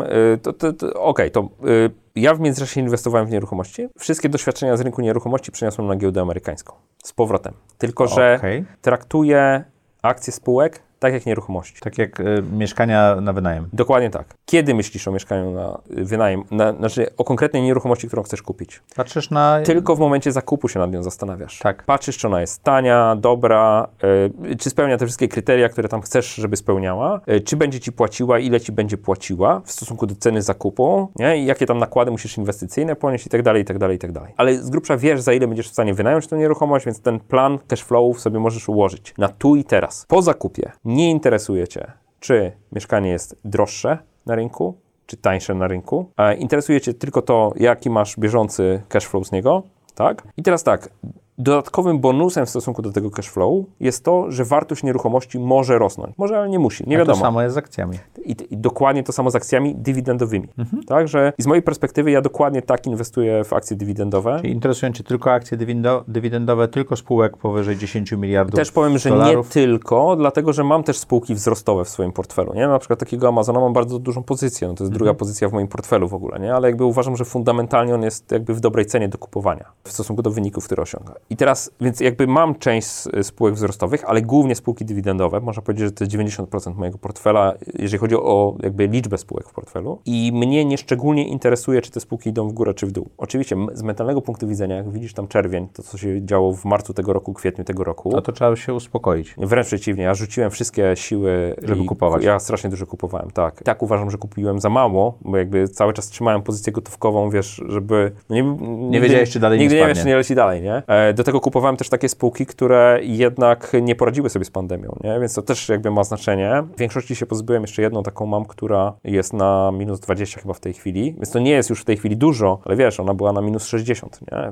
B: ja w międzyczasie inwestowałem w nieruchomości. Wszystkie doświadczenia z rynku nieruchomości przeniosłem na giełdę amerykańską. Z powrotem. Tylko, że traktuję akcje spółek tak jak nieruchomości.
C: Tak jak mieszkania na wynajem.
B: Dokładnie tak. Kiedy myślisz o mieszkaniu na wynajem? Znaczy o konkretnej nieruchomości, którą chcesz kupić?
C: Patrzysz na...
B: Tylko w momencie zakupu się nad nią zastanawiasz.
C: Tak.
B: Patrzysz, czy ona jest tania, dobra, czy spełnia te wszystkie kryteria, które tam chcesz, żeby spełniała, czy będzie ci płaciła, ile ci będzie płaciła w stosunku do ceny zakupu, nie? I jakie tam nakłady musisz inwestycyjne ponieść i tak dalej, i tak dalej, i tak dalej. Ale z grubsza wiesz, za ile będziesz w stanie wynająć tę nieruchomość, więc ten plan cash flowów sobie możesz ułożyć na tu i teraz. Po zakupie nie interesuje cię, czy mieszkanie jest droższe na rynku, czy tańsze na rynku. Interesuje cię tylko to, jaki masz bieżący cash flow z niego, tak? I teraz tak, dodatkowym bonusem w stosunku do tego cash flow jest to, że wartość nieruchomości może rosnąć. Może, ale nie musi, nie wiadomo.
C: To samo jest z akcjami.
B: I dokładnie to samo z akcjami dywidendowymi. Także i z mojej perspektywy ja dokładnie tak inwestuję w akcje dywidendowe.
C: Czyli interesują cię tylko akcje dywidendowe, tylko spółek powyżej 10 miliardów
B: Też powiem, że
C: dolarów.
B: nie tylko, dlatego, że mam też spółki wzrostowe w swoim portfelu, nie? Na przykład takiego Amazona mam bardzo dużą pozycję, no to jest druga pozycja w moim portfelu w ogóle, nie? Ale jakby uważam, że fundamentalnie on jest jakby w dobrej cenie do kupowania w stosunku do wyników, które osiąga. I teraz, więc jakby mam część spółek wzrostowych, ale głównie spółki dywidendowe. Można powiedzieć, że to jest 90% mojego portfela, jeżeli chodzi o jakby liczbę spółek w portfelu. I mnie nieszczególnie interesuje, czy te spółki idą w górę, czy w dół. Oczywiście z mentalnego punktu widzenia, jak widzisz tam czerwień, to co się działo w marcu tego roku, kwietniu tego roku.
C: No to trzeba się uspokoić.
B: Wręcz przeciwnie, ja rzuciłem wszystkie siły,
C: żeby kupować.
B: Ja strasznie dużo kupowałem, tak. Tak uważam, że kupiłem za mało, bo jakby cały czas trzymałem pozycję gotówkową, wiesz, żeby...
C: Nie wiedziałeś, czy dalej
B: nigdy
C: nie
B: nie wiesz, czy nie leci dalej, nie? Do tego kupowałem też takie spółki, które jednak nie poradziły sobie z pandemią, nie? Więc to też jakby ma znaczenie. W większości się pozbyłem, jeszcze jedną taką mam, która jest na minus 20 chyba w tej chwili, więc to nie jest już w tej chwili dużo, ale wiesz, ona była na minus 60, nie?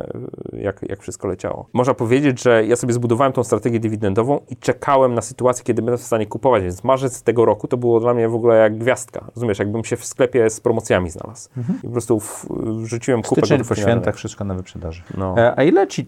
B: Jak wszystko leciało. Można powiedzieć, że ja sobie zbudowałem tą strategię dywidendową i czekałem na sytuację, kiedy będę w stanie kupować, więc marzec tego roku to było dla mnie w ogóle jak gwiazdka. Rozumiesz, jakbym się w sklepie z promocjami znalazł. I po prostu wrzuciłem kupę.
C: Styczeń po świętach wszystko na wyprzedaży.
B: No.
C: A ile ci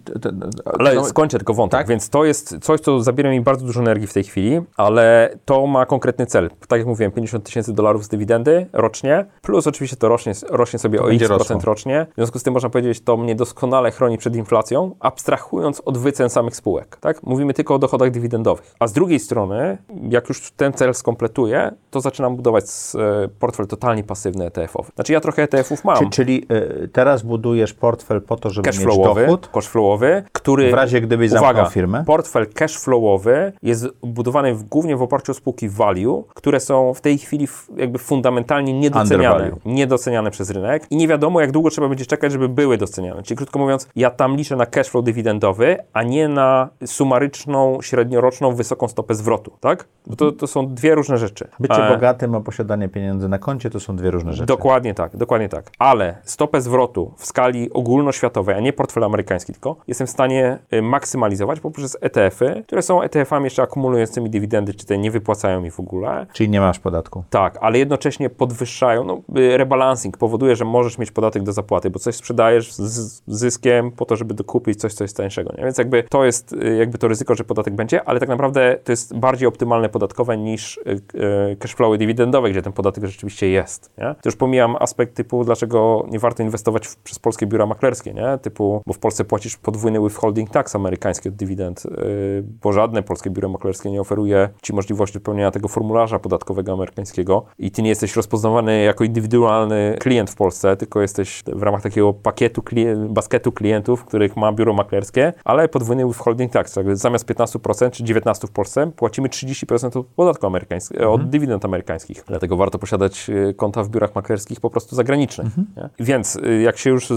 B: Ale skończę tylko wątek, tak? Więc to jest coś, co zabiera mi bardzo dużo energii w tej chwili, ale to ma konkretny cel. Tak jak mówiłem, $50,000 z dywidendy rocznie, plus oczywiście to rośnie sobie o X% rocznie. W związku z tym można powiedzieć, to mnie doskonale chroni przed inflacją, abstrahując od wycen samych spółek. Tak? Mówimy tylko o dochodach dywidendowych. A z drugiej strony, jak już ten cel skompletuję, to zaczynam budować portfel totalnie pasywny ETF-owy. Znaczy ja trochę ETF-ów mam.
C: Czyli teraz budujesz portfel po to, żeby mieć dochód?
B: Cashflowowy, który...
C: W razie gdybyś zamknął firmę?
B: Portfel cashflowowy jest budowany głównie w oparciu o spółki value, które są w tej chwili jakby fundamentalnie niedoceniane przez rynek i nie wiadomo, jak długo trzeba będzie czekać, żeby były doceniane. Czyli krótko mówiąc, ja tam liczę na cashflow dywidendowy, a nie na sumaryczną, średnioroczną, wysoką stopę zwrotu, tak? Bo to są dwie różne rzeczy.
C: Bycie bogatym, a posiadanie pieniędzy na koncie to są dwie różne rzeczy.
B: Dokładnie tak. Ale stopę zwrotu w skali ogólnoświatowej, a nie portfel amerykański tylko, jestem w stanie maksymalizować poprzez ETF-y, które są ETF-ami jeszcze akumulującymi dywidendy, czy te nie wypłacają mi w ogóle.
C: Czyli nie masz podatku.
B: Tak, ale jednocześnie podwyższają, rebalancing powoduje, że możesz mieć podatek do zapłaty, bo coś sprzedajesz z zyskiem po to, żeby dokupić coś tańszego, nie? Więc jakby to jest to ryzyko, że podatek będzie, ale tak naprawdę to jest bardziej optymalne podatkowe niż cashflowy dywidendowe, gdzie ten podatek rzeczywiście jest, nie? To już pomijam aspekt typu, dlaczego nie warto inwestować przez polskie biura maklerskie, nie? Typu, bo w Polsce płacisz podwójny withholding tax amerykański od dywidend, bo żadne polskie biuro maklerskie nie oferuje ci możliwości wypełnienia tego formularza podatkowego amerykańskiego i ty nie jesteś rozpoznawany jako indywidualny klient w Polsce, tylko jesteś w ramach takiego basketu klientów, których ma biuro maklerskie, ale podwójny withholding tax, tak zamiast 15% czy 19% w Polsce płacimy 30% od podatku amerykańskiego, od dywidend amerykańskich. Dlatego warto posiadać konta w biurach maklerskich po prostu zagranicznych. Więc jak się już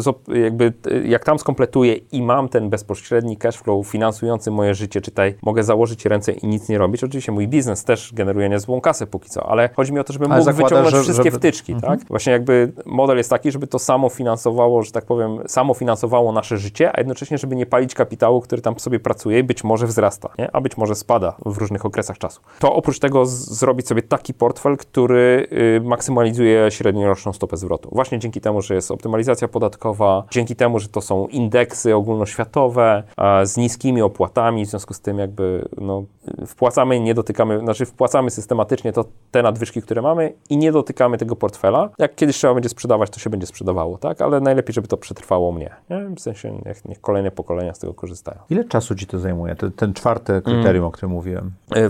B: jak tam skompletuję i mam ten bezpośredni cashflow finansujący moje życie, czytaj, mogę założyć ręce i nic nie robić. Oczywiście mój biznes też generuje niezłą kasę póki co, ale chodzi mi o to, żeby mógł wyciągnąć wszystkie wtyczki, tak? Właśnie jakby model jest taki, żeby to samo finansowało, że tak powiem, samo finansowało nasze życie, a jednocześnie, żeby nie palić kapitału, który tam sobie pracuje i być może wzrasta, nie? A być może spada w różnych okresach czasu. To oprócz tego zrobić sobie taki portfel, który maksymalizuje średnioroczną stopę zwrotu. Właśnie dzięki temu, że jest optymalizacja podatkowa, dzięki temu, że to są indeksy ogólnoświatowe z niskimi opłatami, w związku z tym jakby wpłacamy systematycznie te nadwyżki, które mamy i nie dotykamy tego portfela. Jak kiedyś trzeba będzie sprzedawać, to się będzie sprzedawało, tak? Ale najlepiej, żeby to przetrwało mnie. Nie? W sensie niech kolejne pokolenia z tego korzystają.
C: Ile czasu ci to zajmuje? Ten czwarty kryterium, o którym mówiłem.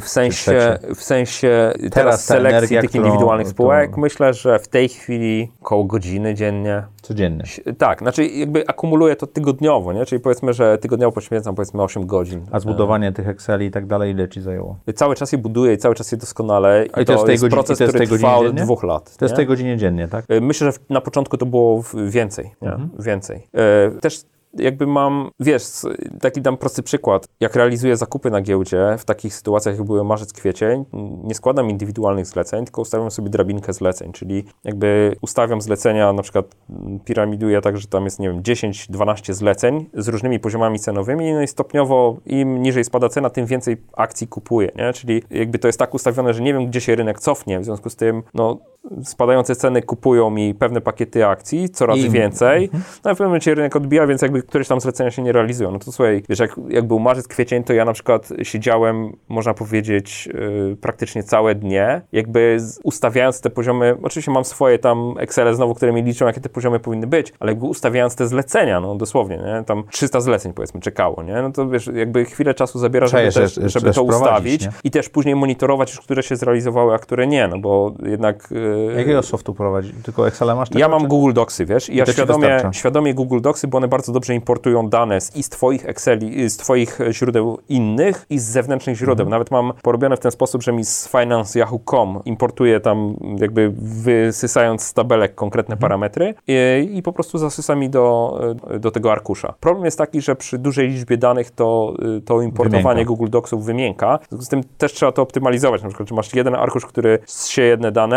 B: W sensie teraz selekcji tych indywidualnych spółek, myślę, że w tej chwili około godziny dziennie.
C: Codziennie.
B: Tak, znaczy jakby akumuluję to tygodniowo, nie? Czyli powiedzmy, że tygodniowo poświęcam 8 godzin.
C: A zbudowanie tych Exceli i tak dalej, ile ci zajęło?
B: Cały czas je buduję i cały czas je doskonale. I to jest proces, który trwał 2 lat.
C: To jest tej godzinie dziennie, tak?
B: Myślę, że na początku to było więcej. Więcej. Też jakby mam, taki dam prosty przykład. Jak realizuję zakupy na giełdzie, w takich sytuacjach, jak były marzec, kwiecień, nie składam indywidualnych zleceń, tylko ustawiam sobie drabinkę zleceń, czyli jakby ustawiam zlecenia, na przykład piramiduję tak, że tam jest, 10-12 zleceń z różnymi poziomami cenowymi, no i stopniowo im niżej spada cena, tym więcej akcji kupuję, nie? Czyli jakby to jest tak ustawione, że nie wiem, gdzie się rynek cofnie, w związku z tym, spadające ceny kupują mi pewne pakiety akcji, coraz więcej, no i w pewnym momencie rynek odbija, więc jakby któreś tam zlecenia się nie realizują. No to słuchaj, jak był marzec, kwiecień, to ja na przykład siedziałem, można powiedzieć, praktycznie całe dnie, jakby ustawiając te poziomy, oczywiście mam swoje tam Excele znowu, które mi liczą, jakie te poziomy powinny być, ale jakby ustawiając te zlecenia, dosłownie, nie? Tam 300 zleceń powiedzmy czekało, nie? No to jakby chwilę czasu zabiera, żeby to ustawić, nie? I też później monitorować już, które się zrealizowały, a które nie, no bo jednak...
C: Jakiego softu prowadzi? Tylko Excela masz?
B: Ja mam Google Docsy, wiesz? I ja świadomie Google Docsy, bo one bardzo dobrze importują dane z twoich Exceli, z twoich źródeł innych i z zewnętrznych źródeł. Nawet mam porobione w ten sposób, że mi z finance.yahoo.com importuje tam jakby wysysając z tabelek konkretne parametry i po prostu zasysa mi do tego arkusza. Problem jest taki, że przy dużej liczbie danych to importowanie Google Docsów wymięka. Z tym też trzeba to optymalizować. Na przykład, czy masz jeden arkusz, który ssie jedne dane, drugi arkusz,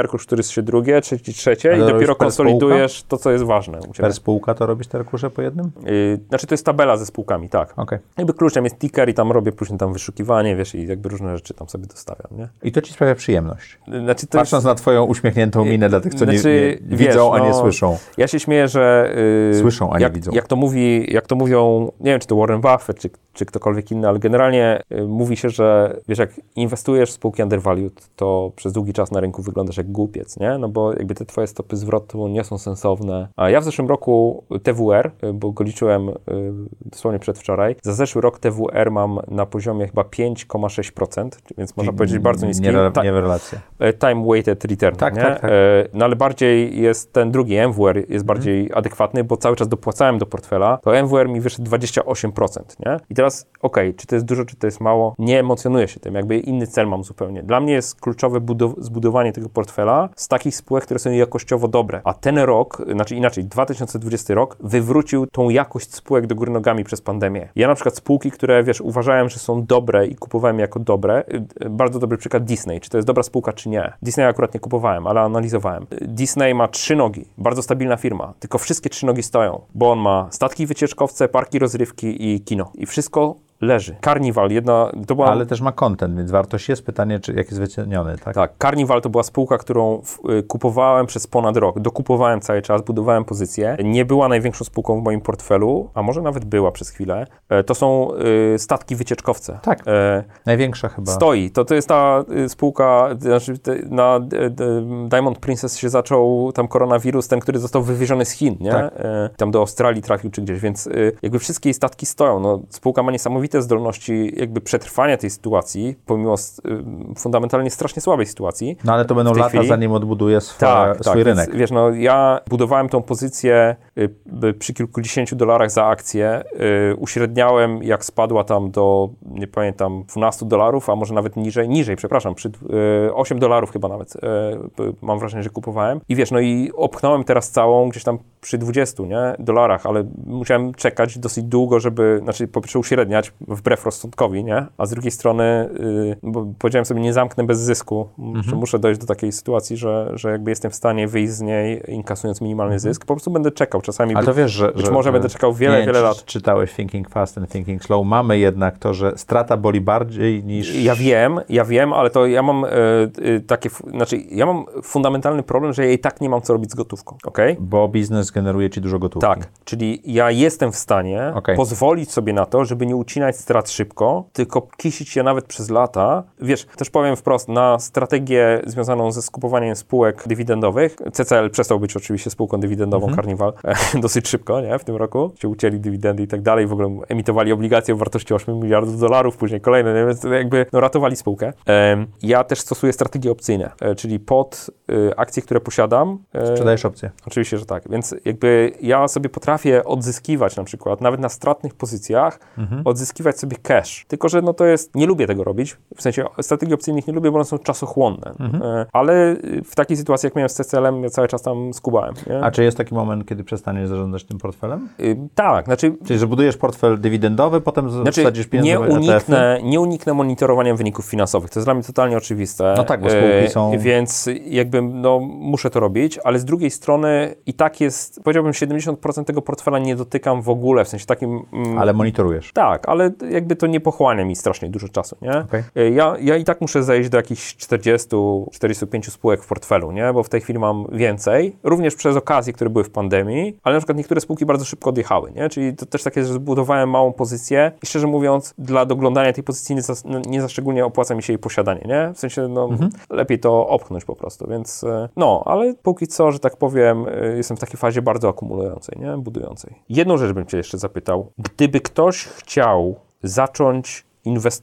B: Terkurz, który jest się drugie, trzecie i dopiero konsolidujesz to, co jest ważne u ciebie.
C: Per spółka to robisz Terkurze po jednym?
B: Znaczy to jest tabela ze spółkami, tak.
C: Okay.
B: Jakby kluczem jest ticker i tam robię później tam wyszukiwanie, wiesz, i jakby różne rzeczy tam sobie dostawiam, nie?
C: I to ci sprawia przyjemność.
B: Znaczy, to
C: patrząc na twoją uśmiechniętą minę dla tych, co nie widzą, a nie słyszą.
B: Ja się śmieję, że
C: słyszą, a nie widzą.
B: Jak to mówią, nie wiem, czy to Warren Buffett, czy ktokolwiek inny, ale generalnie mówi się, że wiesz, jak inwestujesz w spółki undervalued, to przez długi czas na rynku wyglądasz jak głupiec, nie? No bo jakby te twoje stopy zwrotu nie są sensowne. A ja w zeszłym roku TWR, bo go liczyłem dosłownie przedwczoraj, za zeszły rok TWR mam na poziomie chyba 5,6%, więc można powiedzieć bardzo niski.
C: Nie w relacji.
B: Time weighted return,
C: tak,
B: nie?
C: Tak.
B: No ale bardziej jest ten drugi MWR jest bardziej adekwatny, bo cały czas dopłacałem do portfela, to MWR mi wyszedł 28%, nie? I teraz czy to jest dużo, czy to jest mało? Nie emocjonuję się tym, jakby inny cel mam zupełnie. Dla mnie jest kluczowe zbudowanie tego portfela z takich spółek, które są jakościowo dobre. A ten rok, znaczy inaczej, 2020 rok wywrócił tą jakość spółek do góry nogami przez pandemię. Ja na przykład spółki, które wiesz, uważałem, że są dobre i kupowałem jako dobre, bardzo dobry przykład Disney, czy to jest dobra spółka, czy nie. Disney akurat nie kupowałem, ale analizowałem. Disney ma 3 nogi, bardzo stabilna firma, tylko wszystkie 3 nogi stoją, bo on ma statki wycieczkowce, parki rozrywki i kino. I wszystko leży. Carnival, to była...
C: Ale też ma content, więc wartość jest. Pytanie, jak jest wyceniony, tak?
B: Tak. Carnival to była spółka, którą kupowałem przez ponad rok. Dokupowałem cały czas, budowałem pozycję. Nie była największą spółką w moim portfelu, a może nawet była przez chwilę. To są statki wycieczkowce.
C: Tak. Największa chyba.
B: Stoi. To jest ta spółka, na Diamond Princess się zaczął tam koronawirus, ten, który został wywieziony z Chin, nie?
C: Tak.
B: Tam do Australii trafił czy gdzieś, więc jakby wszystkie jej statki stoją. No, spółka ma niesamowite zdolności jakby przetrwania tej sytuacji, pomimo fundamentalnie strasznie słabej sytuacji.
C: No ale to będą lata, chwili. Zanim odbuduje swój rynek.
B: Więc, wiesz, no ja budowałem tą pozycję przy kilkudziesięciu dolarach za akcję, uśredniałem jak spadła tam do, nie pamiętam, $12, a może nawet niżej, przepraszam, przy $8 chyba nawet, mam wrażenie, że kupowałem. I wiesz, no i opchnąłem teraz całą gdzieś tam przy 20, nie, dolarach, ale musiałem czekać dosyć długo, żeby, znaczy po pierwsze uśredniać wbrew rozsądkowi, nie, a z drugiej strony, bo powiedziałem sobie, nie zamknę bez zysku, że muszę dojść do takiej sytuacji, że jakby jestem w stanie wyjść z niej, inkasując minimalny zysk, po prostu będę czekał czasami.
C: Ale to wiesz, że
B: może będę czekał wiele lat.
C: Czytałeś Thinking Fast and Thinking Slow. Mamy jednak to, że strata boli bardziej niż...
B: Ja wiem, ale to ja mam ja mam fundamentalny problem, że ja i tak nie mam co robić z gotówką, okej?
C: Bo biznes generuje ci dużo gotówki.
B: Tak, czyli ja jestem w stanie pozwolić sobie na to, żeby nie ucinać strat szybko, tylko kisić je nawet przez lata. Wiesz, też powiem wprost, na strategię związaną ze skupowaniem spółek dywidendowych, CCL przestał być oczywiście spółką dywidendową, Carnival, dosyć szybko, nie, w tym roku, się ucięli dywidendy i tak dalej, w ogóle emitowali obligacje o wartości $8 miliardów, później kolejne, nie? Więc jakby ratowali spółkę. Ja też stosuję strategie opcyjne, czyli pod akcje, które posiadam.
C: Sprzedajesz opcje.
B: Oczywiście, że tak, więc jakby ja sobie potrafię odzyskiwać na przykład, nawet na stratnych pozycjach, odzyskiwać sobie cash. Tylko, że no to jest, nie lubię tego robić, w sensie strategii opcyjnych nie lubię, bo one są czasochłonne. Ale w takiej sytuacji, jak miałem z CCL-em, ja cały czas tam skubałem. Nie?
C: A czy jest taki moment, kiedy przestaniesz zarządzać tym portfelem?
B: Tak, znaczy...
C: Czyli, że budujesz portfel dywidendowy, potem wsadzisz pieniądze
B: nie uniknę monitorowania wyników finansowych. To jest dla mnie totalnie oczywiste.
C: No tak, bo spółki są...
B: Więc jakby, no, muszę to robić, ale z drugiej strony i tak jest, powiedziałbym, 70% tego portfela nie dotykam w ogóle, w sensie takim...
C: Ale monitorujesz.
B: Tak, ale jakby to nie pochłania mi strasznie dużo czasu, nie?
C: Okay.
B: Ja i tak muszę zejść do jakichś 40-45 spółek w portfelu, nie? Bo w tej chwili mam więcej, również przez okazje, które były w pandemii, ale na przykład niektóre spółki bardzo szybko odjechały, nie? Czyli to też takie, że zbudowałem małą pozycję i szczerze mówiąc, dla doglądania tej pozycji nie za szczególnie opłaca mi się jej posiadanie, nie? W sensie, no, lepiej to opchnąć po prostu, więc no, ale póki co, że tak powiem, jestem w takiej fazie bardzo akumulującej, nie? Budującej. Jedną rzecz bym cię jeszcze zapytał. Gdyby ktoś chciał zacząć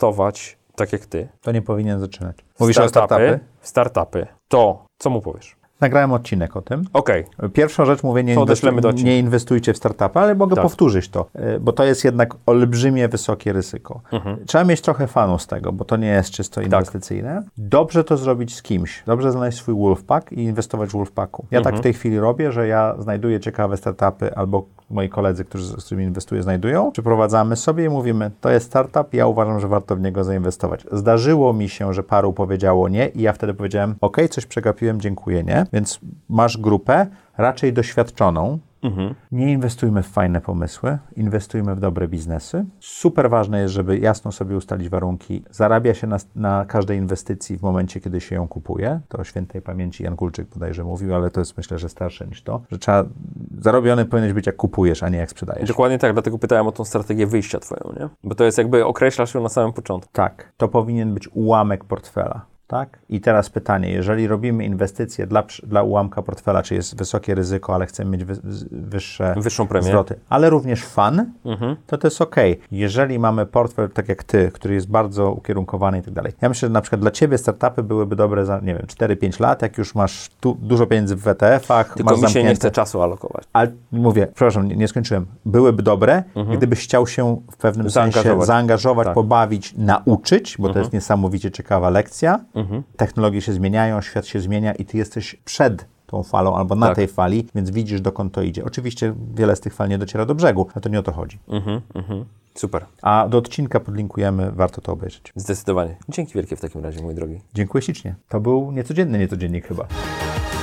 B: inwestować tak jak ty.
C: To nie powinien zaczynać. Mówisz o startupy?
B: Startupy. To co mu powiesz?
C: Nagrałem odcinek o tym.
B: Okej.
C: Pierwszą rzecz mówię, nie inwestujcie w startupy, ale mogę powtórzyć to, bo to jest jednak olbrzymie, wysokie ryzyko. Trzeba mieć trochę fanu z tego, bo to nie jest czysto inwestycyjne. dobrze to zrobić z kimś. Dobrze znaleźć swój Wolfpack i inwestować w Wolfpacku. Ja tak w tej chwili robię, że ja znajduję ciekawe startupy albo moi koledzy, z którymi inwestuję, znajdują. Przyprowadzamy sobie i mówimy, to jest startup, ja uważam, że warto w niego zainwestować. Zdarzyło mi się, że paru powiedziało nie i ja wtedy powiedziałem, okej, coś przegapiłem, dziękuję, nie. Więc masz grupę raczej doświadczoną. Nie inwestujmy w fajne pomysły, inwestujmy w dobre biznesy. Super ważne jest, żeby jasno sobie ustalić warunki. Zarabia się na każdej inwestycji w momencie, kiedy się ją kupuje. To o świętej pamięci Jan Kulczyk bodajże mówił, ale to jest myślę, że starsze niż to, że zarobiony powinieneś być jak kupujesz, a nie jak sprzedajesz.
B: Dokładnie tak, dlatego pytałem o tą strategię wyjścia twoją, nie? Bo to jest jakby określasz ją na samym początku.
C: Tak, to powinien być ułamek portfela. Tak? I teraz pytanie, jeżeli robimy inwestycje dla ułamka portfela, czy jest wysokie ryzyko, ale chcemy mieć wyższą premię, zwroty, ale również fun, to jest okej. Jeżeli mamy portfel, tak jak ty, który jest bardzo ukierunkowany i tak dalej. Ja myślę, że na przykład dla ciebie startupy byłyby dobre za, nie wiem, 4-5 lat, jak już masz dużo pieniędzy w ETF-ach.
B: Tylko mi się nie chce czasu alokować.
C: Ale mówię, przepraszam, nie skończyłem. Byłyby dobre, gdybyś chciał się w pewnym sensie zaangażować, pobawić, nauczyć, bo to jest niesamowicie ciekawa lekcja. Technologie się zmieniają, świat się zmienia i ty jesteś przed tą falą albo na tej fali, więc widzisz, dokąd to idzie. Oczywiście wiele z tych fal nie dociera do brzegu, ale to nie o to chodzi.
B: Super.
C: A do odcinka podlinkujemy, warto to obejrzeć.
B: Zdecydowanie. Dzięki wielkie w takim razie, mój drogi.
C: Dziękuję ślicznie. To był niecodziennik chyba.